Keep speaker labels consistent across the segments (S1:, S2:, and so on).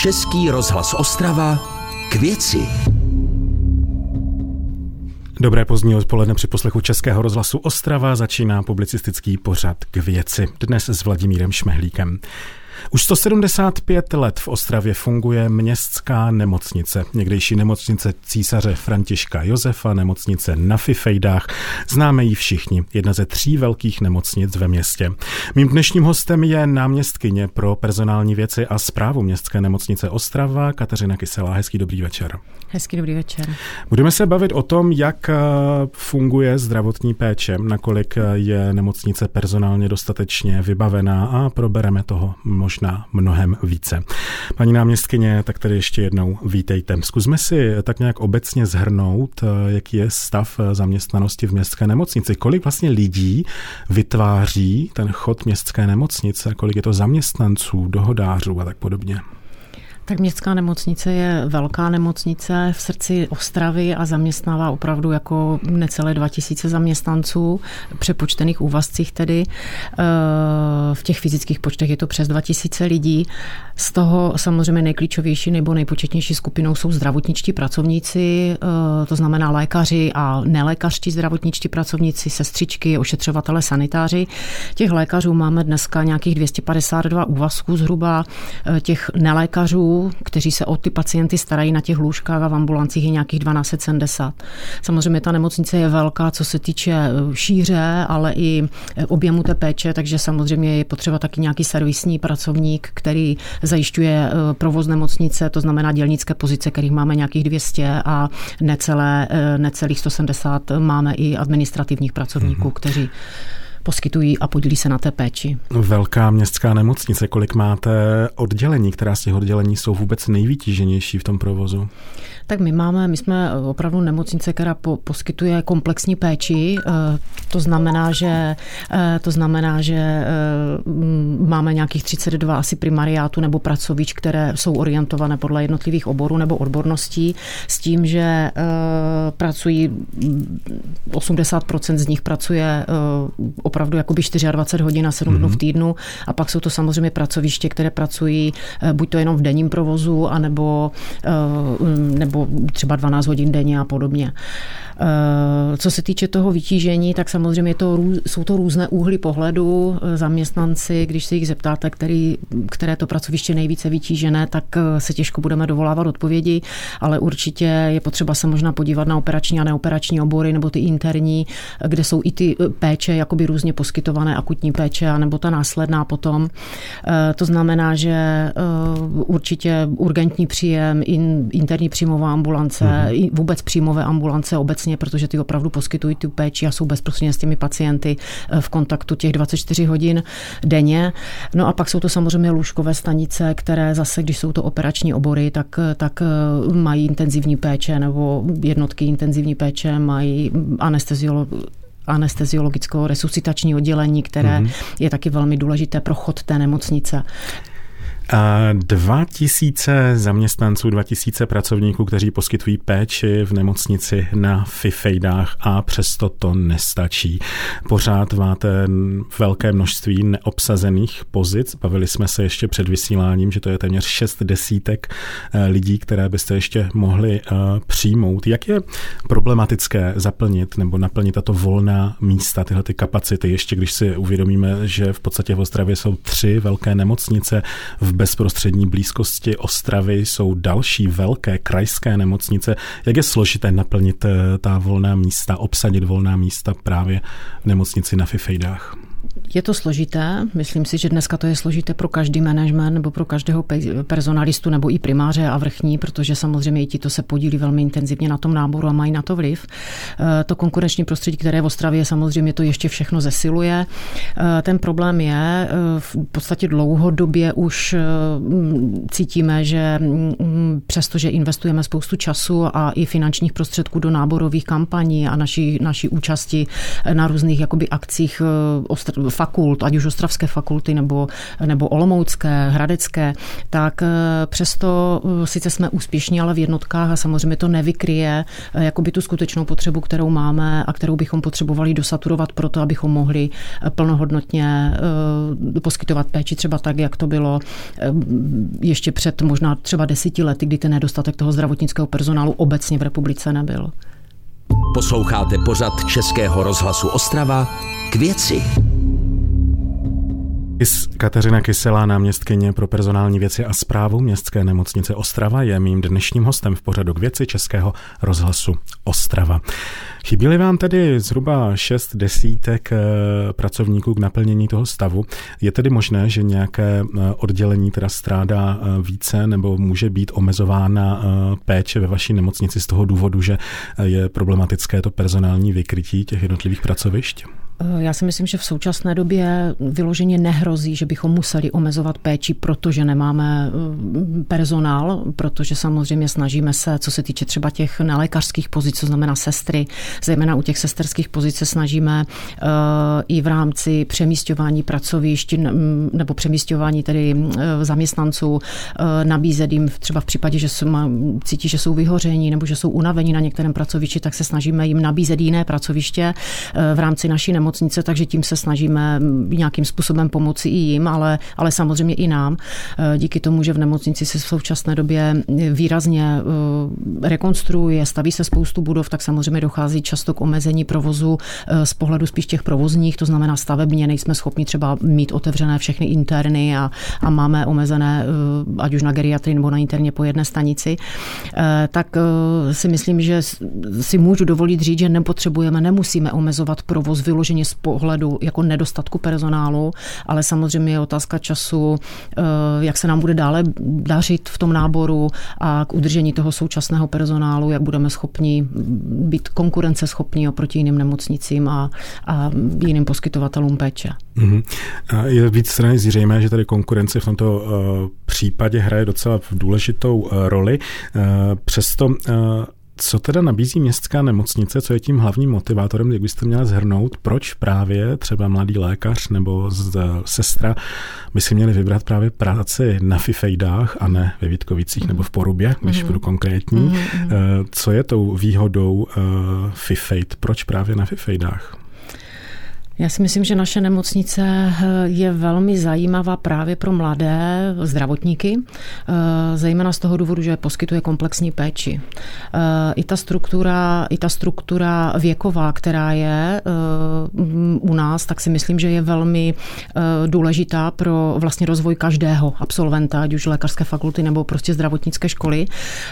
S1: Český rozhlas Ostrava k věci.
S2: Dobré pozdní odpoledne při poslechu Českého rozhlasu Ostrava začíná publicistický pořad K věci. Dnes s Vladimírem Šmehlíkem. Už 175 let v Ostravě funguje městská nemocnice. Někdejší nemocnice císaře Františka Josefa, nemocnice na Fifejdách. Známe ji všichni, jedna ze 3 velkých nemocnic ve městě. Mým dnešním hostem je náměstkyně pro personální věci a správu městské nemocnice Ostrava Kateřina Kyselá. Hezký dobrý večer.
S3: Hezký dobrý večer.
S2: Budeme se bavit o tom, jak funguje zdravotní péče, nakolik je nemocnice personálně dostatečně vybavená a probereme toho možná mnohem více. Paní náměstkyně, tak tady ještě jednou vítejte. Zkusme si tak nějak obecně shrnout, jaký je stav zaměstnanosti v městské nemocnici. Kolik vlastně lidí vytváří ten chod městské nemocnice, kolik je to zaměstnanců, dohodářů a tak podobně.
S3: Tak městská nemocnice je velká nemocnice v srdci Ostravy a zaměstnává opravdu jako necelé 2000 zaměstnanců, přepočtených úvazcích tedy. V těch fyzických počtech je to přes 2000 lidí. Z toho samozřejmě nejklíčovější nebo nejpočetnější skupinou jsou zdravotničtí pracovníci, to znamená lékaři a nelékařští zdravotničtí pracovníci, sestřičky, ošetřovatele, sanitáři. Těch lékařů máme dneska nějakých 252 úvazků zhruba, těch nelékařů, kteří se o ty pacienty starají na těch lůžkách a v ambulancích je nějakých 1270. Samozřejmě ta nemocnice je velká, co se týče šíře, ale i objemu té péče, takže samozřejmě je potřeba taky nějaký servisní pracovník, který zajišťuje provoz nemocnice, to znamená dělnické pozice, kterých máme nějakých 200 a necelých 170 máme i administrativních pracovníků, kteří poskytují a podílí se na té péči.
S2: Velká městská nemocnice, kolik máte oddělení, která z těch oddělení jsou vůbec nejvytíženější v tom provozu?
S3: Tak my jsme opravdu nemocnice, která poskytuje komplexní péči. To znamená, že máme nějakých 32 asi primariátů nebo pracovišť, které jsou orientované podle jednotlivých oborů nebo odborností, s tím, že pracují 80% z nich pracuje opravdu jakoby 24 hodin a 7 dnů v týdnu a pak jsou to samozřejmě pracoviště, které pracují buď to jenom v denním provozu, anebo třeba 12 hodin denně a podobně. Co se týče toho vytížení, tak samozřejmě jsou to různé úhly pohledu. Zaměstnanci, když se jich zeptáte, které to pracoviště nejvíce vytížené, tak se těžko budeme dovolávat odpovědi, ale určitě je potřeba se možná podívat na operační a neoperační obory nebo ty interní, kde jsou i ty péče jakoby různě poskytované, akutní péče a nebo ta následná potom. To znamená, že určitě urgentní příjem, interní příjmová ambulance, vůbec příjmové ambulance obecně, protože ty opravdu poskytují tu péči a jsou bezprostředně s těmi pacienty v kontaktu těch 24 hodin denně. No a pak jsou to samozřejmě lůžkové stanice, které zase, když jsou to operační obory, tak mají intenzivní péče nebo jednotky intenzivní péče, mají anesteziologickou resuscitační oddělení, které je taky velmi důležité pro chod té nemocnice.
S2: 2000 zaměstnanců, 2000 pracovníků, kteří poskytují péči v nemocnici na Fifejdách a přesto to nestačí. Pořád máte velké množství neobsazených pozic. Bavili jsme se ještě před vysíláním, že to je téměř 60 lidí, které byste ještě mohli přijmout. Jak je problematické zaplnit nebo naplnit tato volná místa, tyhle ty kapacity, ještě když si uvědomíme, že v podstatě v Ostravě jsou 3 velké nemocnice, v bezprostřední blízkosti Ostravy jsou další velké krajské nemocnice. Jak je složité naplnit ta volná místa, obsadit volná místa právě v nemocnici na Fifejdách?
S3: Je to složité. Myslím si, že dneska to je složité pro každý management nebo pro každého personalistu nebo i primáře a vrchní, protože samozřejmě i tito se podílí velmi intenzivně na tom náboru a mají na to vliv. To konkurenční prostředí, které v Ostravě samozřejmě to ještě všechno zesiluje. Ten problém je, v podstatě dlouhodobě už cítíme, že přestože investujeme spoustu času a i finančních prostředků do náborových kampaní a naší účasti na různých jakoby akcích fakult, ať už ostravské fakulty nebo olomoucké, hradecké, tak přesto sice jsme úspěšní, ale v jednotkách a samozřejmě to nevykryje jakoby tu skutečnou potřebu, kterou máme a kterou bychom potřebovali dosaturovat proto, abychom mohli plnohodnotně poskytovat péči třeba tak, jak to bylo ještě před možná třeba 10 lety, kdy ten nedostatek toho zdravotnického personálu obecně v republice nebyl.
S1: Posloucháte pořad Českého rozhlasu Ostrava K věci.
S2: Kateřina Kyselá, náměstkyně pro personální věci a správu Městské nemocnice Ostrava, je mým dnešním hostem v pořadu K věci Českého rozhlasu Ostrava. Chyběly vám tedy zhruba 6 desítek pracovníků k naplnění toho stavu. Je tedy možné, že nějaké oddělení teda strádá více nebo může být omezována péče ve vaší nemocnici z toho důvodu, že je problematické to personální vykrytí těch jednotlivých pracovišť?
S3: Já si myslím, že v současné době vyloženě nehrozí, že bychom museli omezovat péči, protože nemáme personál, protože samozřejmě snažíme se, co se týče třeba těch nelékařských pozic, co znamená sestry, zejména u těch sesterských pozic se snažíme i v rámci přemísťování pracovišť nebo přemísťování tedy zaměstnanců nabízet jim třeba v případě, že cítí, že jsou vyhoření nebo že jsou unavení na některém pracovišti, tak se snažíme jim nabízet jiné pracoviště v rámci naší nemocnice, takže tím se snažíme nějakým způsobem pomoci i jim, ale samozřejmě i nám. Díky tomu, že v nemocnici se v současné době výrazně rekonstruuje, staví se spoustu budov, tak samozřejmě dochází často k omezení provozu z pohledu spíš těch provozních, to znamená stavebně nejsme schopni třeba mít otevřené všechny interny a máme omezené, ať už na geriatrii nebo na interně po jedné stanici, tak si myslím, že si můžu dovolit říct, že nemusíme omezovat provoz vyloženě z pohledu jako nedostatku personálu, ale samozřejmě je otázka času, jak se nám bude dále dařit v tom náboru a k udržení toho současného personálu, jak budeme schopni být konkurenceschopní oproti jiným nemocnicím a jiným poskytovatelům péče. Mm-hmm.
S2: Je víc strany zřejmé, že tady konkurence v tomto případě hraje docela důležitou roli. Přesto co teda nabízí městská nemocnice, co je tím hlavním motivátorem, jak byste měla shrnout, proč právě třeba mladý lékař nebo sestra by si měli vybrat právě práci na Fifejdách a ne ve Vítkovicích nebo v Porubě, když budu konkrétní. Co je tou výhodou Fifejd? Proč právě na Fifejdách?
S3: Já si myslím, že naše nemocnice je velmi zajímavá právě pro mladé zdravotníky, zejména z toho důvodu, že poskytuje komplexní péči. I ta struktura věková, která je u nás, tak si myslím, že je velmi důležitá pro vlastně rozvoj každého absolventa, ať už lékařské fakulty nebo prostě zdravotnické školy.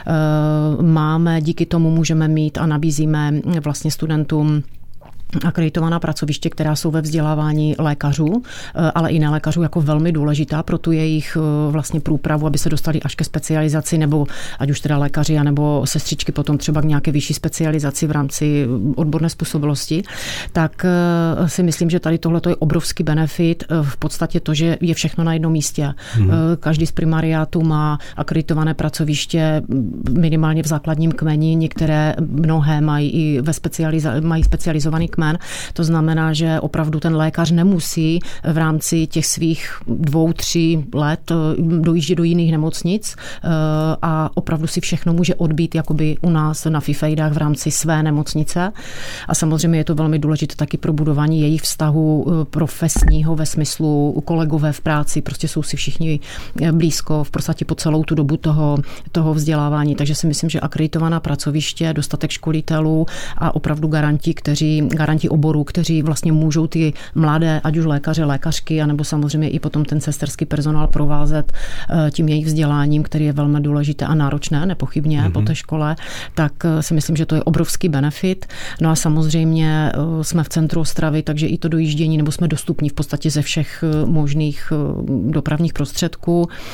S3: Díky tomu můžeme mít a nabízíme vlastně studentům akreditovaná pracoviště, která jsou ve vzdělávání lékařů, ale i nelékařů jako velmi důležitá pro tu jejich vlastně průpravu, aby se dostali až ke specializaci, nebo ať už teda lékaři, nebo sestřičky potom třeba k nějaké vyšší specializaci v rámci odborné způsobilosti, tak si myslím, že tady tohle je obrovský benefit, v podstatě to, že je všechno na jednom místě. Každý z primariátů má akreditované pracoviště minimálně v základním kmeni, mnohé mají i mají specializovaný kmen. To znamená, že opravdu ten lékař nemusí v rámci těch svých 2-3 let dojíždět do jiných nemocnic a opravdu si všechno může odbít jakoby u nás na Fifejdách v rámci své nemocnice. A samozřejmě je to velmi důležité taky pro budování jejich vztahu profesního ve smyslu kolegové v práci, prostě jsou si všichni blízko v podstatě po celou tu dobu toho vzdělávání. Takže si myslím, že akreditovaná pracoviště, dostatek školitelů a opravdu garanti oborů, kteří vlastně můžou ty mladé, ať už lékaře, lékařky, anebo samozřejmě i potom ten sesterský personál provázet tím jejich vzděláním, který je velmi důležité a náročné, nepochybně po té škole, tak si myslím, že to je obrovský benefit. No a samozřejmě jsme v centru Ostravy, takže i to dojíždění, nebo jsme dostupní v podstatě ze všech možných dopravních prostředků.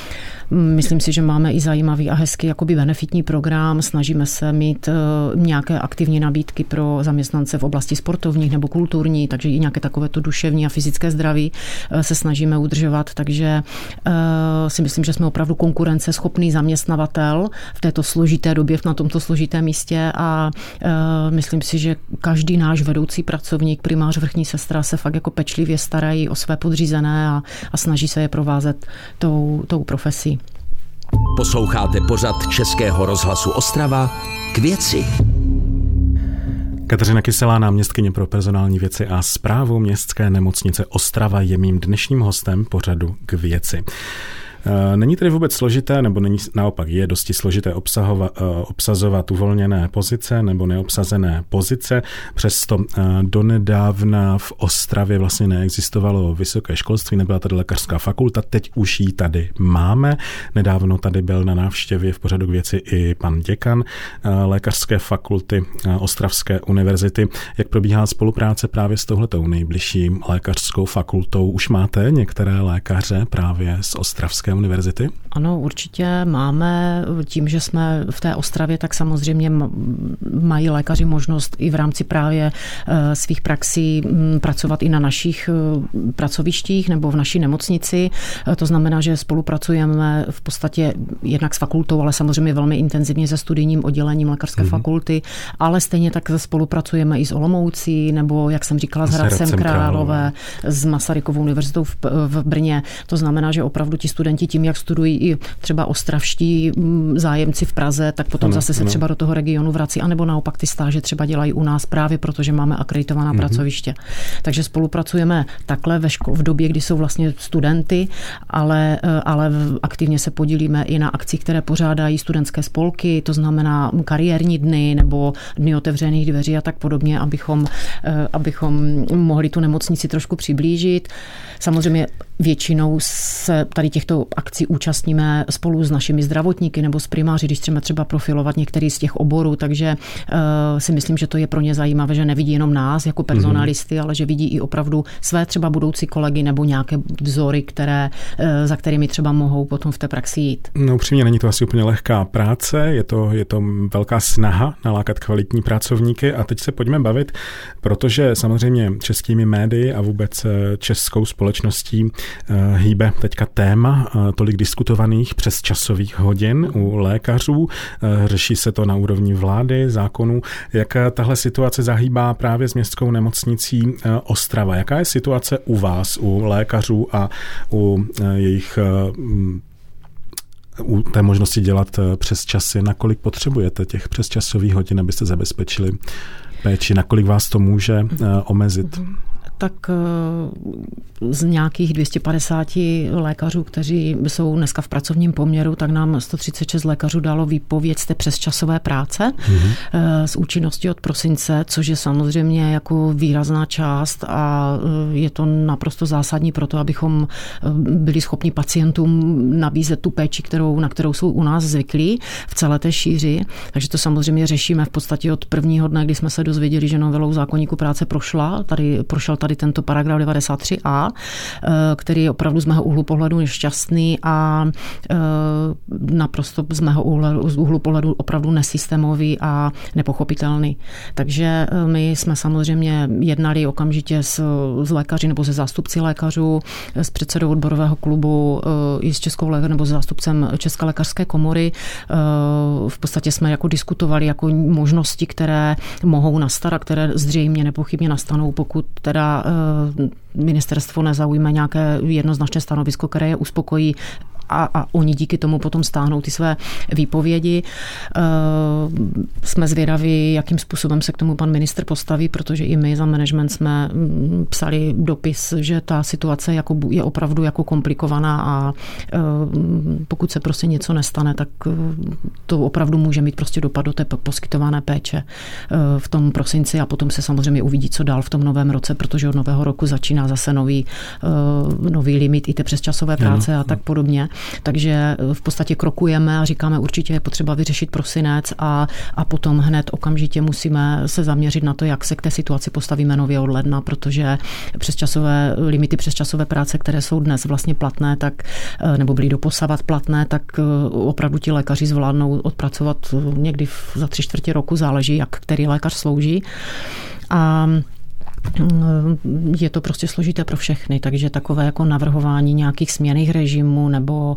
S3: Myslím si, že máme i zajímavý a hezký jakoby benefitní program. Snažíme se mít nějaké aktivní nabídky pro zaměstnance v oblasti sportovních nebo kulturní, takže i nějaké takovéto duševní a fyzické zdraví se snažíme udržovat, takže si myslím, že jsme opravdu konkurenceschopný zaměstnavatel v této složité době, na tomto složitém místě a myslím si, že každý náš vedoucí pracovník, primář, vrchní sestra se fakt jako pečlivě starají o své podřízené a snaží se je provázet tou profesí.
S1: Posloucháte pořad Českého rozhlasu Ostrava K věci.
S2: Kateřina Kyselá, náměstkyně pro personální věci a správu městské nemocnice Ostrava, je mým dnešním hostem pořadu K věci. Není tedy vůbec složité, nebo naopak je dosti složité obsazovat uvolněné pozice nebo neobsazené pozice. Přesto donedávna v Ostravě vlastně neexistovalo vysoké školství, nebyla tady lékařská fakulta, teď už ji tady máme. Nedávno tady byl na návštěvě v pořadu K věci i pan děkan lékařské fakulty Ostravské univerzity. Jak probíhá spolupráce právě s touhletou nejbližší lékařskou fakultou? Už máte některé lékaře právě z Ostravské univerzity?
S3: Ano, určitě máme. Tím, že jsme v té Ostravě, tak samozřejmě mají lékaři možnost i v rámci právě svých praxí pracovat i na našich pracovištích nebo v naší nemocnici. To znamená, že spolupracujeme v podstatě jednak s fakultou, ale samozřejmě velmi intenzivně se studijním oddělením lékařské fakulty, ale stejně tak spolupracujeme i s Olomoucí nebo, jak jsem říkala, s Hradcem Králové, s Masarykovou univerzitou v Brně. To znamená, že opravdu ti studenti tím, jak studují i třeba ostravští zájemci v Praze, tak potom zase se třeba do toho regionu vrací, anebo naopak ty stáže třeba dělají u nás právě protože máme akreditovaná pracoviště. Takže spolupracujeme takhle v době, kdy jsou vlastně studenty, ale aktivně se podílíme i na akcích, které pořádají studentské spolky, to znamená kariérní dny nebo dny otevřených dveří a tak podobně, abychom mohli tu nemocnici trošku přiblížit. Samozřejmě většinou se tady těchto akcí účastníme spolu s našimi zdravotníky nebo s primáři, když chceme třeba profilovat některý z těch oborů, takže si myslím, že to je pro ně zajímavé, že nevidí jenom nás jako personalisty, ale že vidí i opravdu své třeba budoucí kolegy nebo nějaké vzory, za kterými třeba mohou potom v té praxi jít.
S2: No upřímně, není to asi úplně lehká práce, je to velká snaha nalákat kvalitní pracovníky a teď se pojďme bavit, protože samozřejmě českými médii a vůbec českou společností hýbe teďka téma tolik diskutovaných přesčasových hodin u lékařů. Řeší se to na úrovni vlády, zákonů. Jak tahle situace zahýbá právě s městskou nemocnicí Ostrava? Jaká je situace u vás, u lékařů a u jejich u té možnosti dělat přesčasy? Nakolik potřebujete těch přesčasových hodin, abyste zabezpečili péči? Nakolik vás to může omezit?
S3: Tak z nějakých 250 lékařů, kteří jsou dneska v pracovním poměru, tak nám 136 lékařů dalo výpověď z té přesčasové práce s účinností od prosince, což je samozřejmě jako výrazná část a je to naprosto zásadní pro to, abychom byli schopni pacientům nabízet tu péči, na kterou jsou u nás zvyklí v celé té šíři. Takže to samozřejmě řešíme v podstatě od prvního dne, kdy jsme se dozvěděli, že novelou zákoníku práce prošel tady tento paragraf 93a, který je opravdu z mého úhlu pohledu nešťastný a naprosto z mého úhlu pohledu opravdu nesystémový a nepochopitelný. Takže my jsme samozřejmě jednali okamžitě s lékaři nebo se zástupci lékařů, s předsedou odborového klubu i s Českou lékař nebo s zástupcem České lékařské komory. V podstatě jsme jako diskutovali jako možnosti, které mohou nastat a které zřejmě nepochybně nastanou, pokud teda ministerstvo nezaujme nějaké jednoznačné stanovisko, které je uspokojí a oni díky tomu potom stáhnou ty své výpovědi. Jsme zvědaví, jakým způsobem se k tomu pan ministr postaví, protože i my za management jsme psali dopis, že ta situace je opravdu jako komplikovaná a pokud se prostě něco nestane, tak to opravdu může mít prostě dopad do té poskytované péče v tom prosinci a potom se samozřejmě uvidí, co dál v tom novém roce, protože od nového roku začíná zase nový limit i té přesčasové práce a tak podobně. Takže v podstatě krokujeme a říkáme, určitě je potřeba vyřešit prosinec a potom hned okamžitě musíme se zaměřit na to, jak se k té situaci postavíme nově od ledna, protože limity přesčasové práce, které jsou dnes vlastně platné, tak, nebo byly doposavat platné, tak opravdu ti lékaři zvládnou odpracovat někdy za 3/4 roku, záleží, jak který lékař slouží. A je to prostě složité pro všechny, takže takové jako navrhování nějakých směnných režimů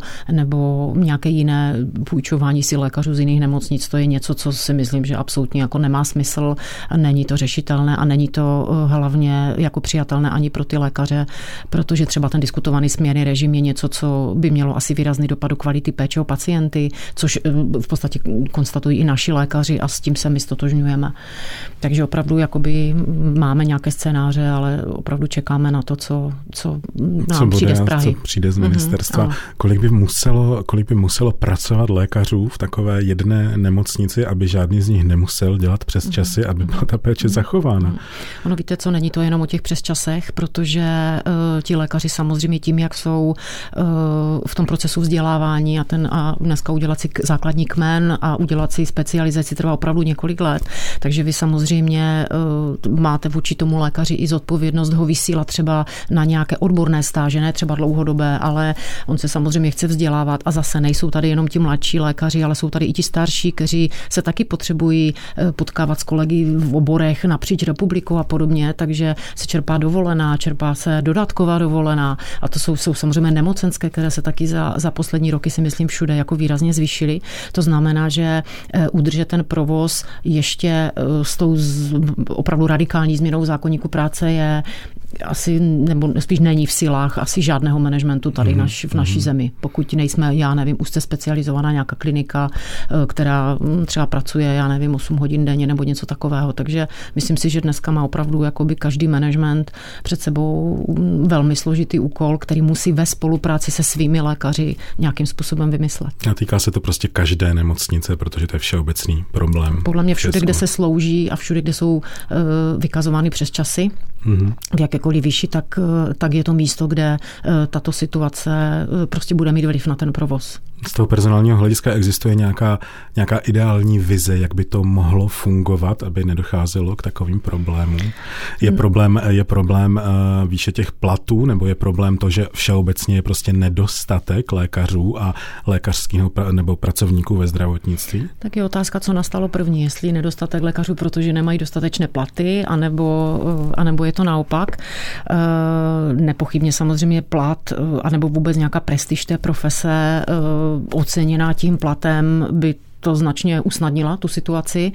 S3: nebo nějaké jiné půjčování si lékařů z jiných nemocnic, to je něco, co si myslím, že absolutně jako nemá smysl, není to řešitelné a není to hlavně jako přijatelné ani pro ty lékaře, protože třeba ten diskutovaný směnný režim je něco, co by mělo asi výrazný dopad do kvality péče o pacienty, což v podstatě konstatují i naši lékaři a s tím se my stotožňujeme. Takže opravdu jakoby máme nějaké scénáře, ale opravdu čekáme na to, co nám přijde z Prahy.
S2: Co přijde z ministerstva. Kolik by muselo pracovat lékařů v takové jedné nemocnici, aby žádný z nich nemusel dělat přesčasy, aby byla ta péče zachována?
S3: Ono víte co, není to jenom o těch přesčasech, protože ti lékaři samozřejmě tím, jak jsou v tom procesu vzdělávání a dneska udělat si základní kmen a udělat si specializaci trvá opravdu několik let, takže vy samozřejmě máte vůči tomu lékaři i zodpovědnost ho vysílat třeba na nějaké odborné stáže, ne třeba dlouhodobé, ale on se samozřejmě chce vzdělávat a zase nejsou tady jenom ti mladší lékaři, ale jsou tady i ti starší, kteří se taky potřebují potkávat s kolegy v oborech napříč republikou a podobně, takže se čerpá dovolená, čerpá se dodatková dovolená a to jsou samozřejmě nemocenské, které se taky za poslední roky si myslím všude jako výrazně zvýšily. To znamená, že udržet ten provoz ještě s tou opravdu radikální změnou zákoníku práce je asi, nebo spíš není v silách asi žádného managementu tady v naší zemi. Pokud nejsme, já nevím, úzce specializovaná nějaká klinika, která třeba pracuje, 8 hodin denně nebo něco takového. Takže myslím si, že dneska má opravdu jakoby každý management před sebou velmi složitý úkol, který musí ve spolupráci se svými lékaři nějakým způsobem vymyslet.
S2: A týká se to prostě každé nemocnice, protože to je všeobecný problém.
S3: Podle mě všude, kde se slouží a všude, kde jsou vykazovány přesčasy, v jakékoliv výši, tak je to místo, kde tato situace prostě bude mít vliv na ten provoz.
S2: Z toho personálního hlediska existuje nějaká ideální vize, jak by to mohlo fungovat, aby nedocházelo k takovým problémům? Je problém výše těch platů, nebo je problém to, že všeobecně je prostě nedostatek lékařů a lékařského nebo pracovníků ve zdravotnictví?
S3: Tak je otázka, co nastalo první, jestli nedostatek lékařů, protože nemají dostatečné platy, anebo je to naopak. Nepochybně samozřejmě plat, anebo vůbec nějaká prestiž té profese oceněná tím platem by to značně usnadnila tu situaci,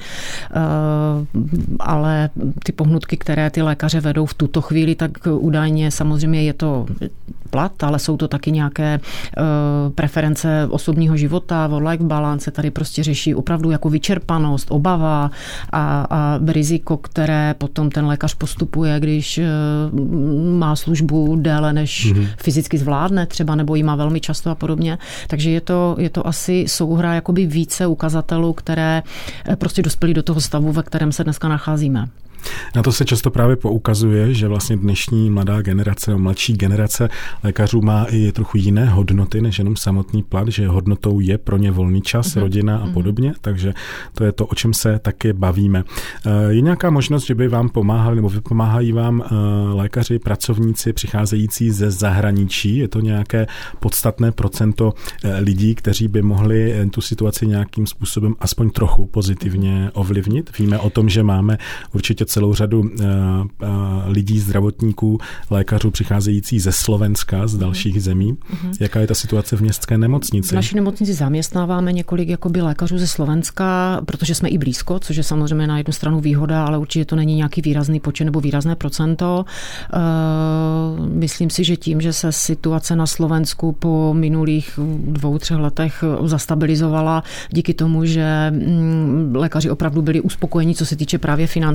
S3: ale ty pohnutky, které ty lékaře vedou v tuto chvíli, tak údajně samozřejmě je to plat, ale jsou to taky nějaké preference osobního života, work-life balance, tady prostě řeší opravdu jako vyčerpanost, obava a riziko, které potom ten lékař postupuje, když má službu déle, než fyzicky zvládne třeba, nebo ji má velmi často a podobně. Takže je to asi souhra jakoby více ukazatelů, které prostě dospěly do toho stavu, ve kterém se dneska nacházíme.
S2: Na to se často právě poukazuje, že vlastně dnešní mladá generace nebo mladší generace lékařů má i trochu jiné hodnoty než jenom samotný plat, že hodnotou je pro ně volný čas, rodina a podobně, takže to je to, o čem se taky bavíme. Je nějaká možnost, že by vám pomáhali nebo vypomáhají vám lékaři, pracovníci přicházející ze zahraničí? Je to nějaké podstatné procento lidí, kteří by mohli tu situaci nějakým způsobem aspoň trochu pozitivně ovlivnit? Víme o tom, že máme určitě celou řadu lidí, zdravotníků, lékařů přicházející ze Slovenska, z dalších zemí. Jaká je ta situace v městské nemocnici?
S3: V naší nemocnici zaměstnáváme několik jakoby lékařů ze Slovenska, protože jsme i blízko, což je samozřejmě na jednu stranu výhoda, ale určitě to není nějaký výrazný počet nebo výrazné procento. Myslím si, že tím, že se situace na Slovensku po minulých 2-3 letech zastabilizovala díky tomu, že lékaři opravdu byli uspokojeni, co se týče právě financí, a to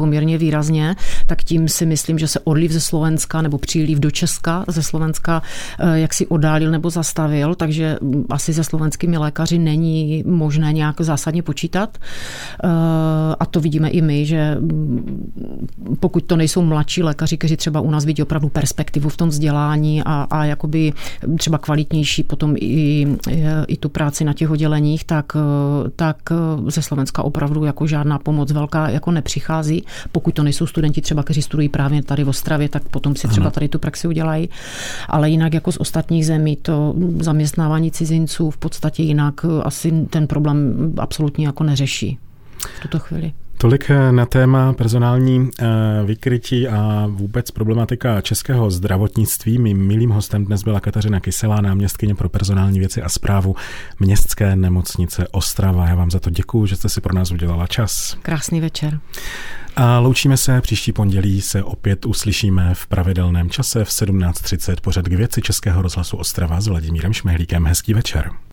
S3: poměrně výrazně, tak tím si myslím, že se odliv ze Slovenska nebo příliv do Česka ze Slovenska jaksi oddálil nebo zastavil, takže asi se slovenskými lékaři není možné nějak zásadně počítat. A to vidíme i my, že pokud to nejsou mladší lékaři, kteří třeba u nás vidí opravdu perspektivu v tom vzdělání a jakoby třeba kvalitnější potom i tu práci na těch odděleních, tak ze Slovenska opravdu jako žádná pomoc velká jako nepřichází. Pokud to nejsou studenti třeba, kteří studují právě tady v Ostravě, tak potom si třeba tady tu praxi udělají. Ale jinak jako z ostatních zemí to zaměstnávání cizinců v podstatě jinak asi ten problém absolutně jako neřeší v tuto chvíli.
S2: Tolik na téma personální vykrytí a vůbec problematika českého zdravotnictví. Mým milým hostem dnes byla Kateřina Kyselá, náměstkyně pro personální věci a správu Městské nemocnice Ostrava. Já vám za to děkuju, že jste si pro nás udělala čas.
S3: Krásný večer.
S2: A loučíme se, příští pondělí se opět uslyšíme v pravidelném čase v 17:30 pořad K věci Českého rozhlasu Ostrava s Vladimírem Šmehlíkem. Hezký večer.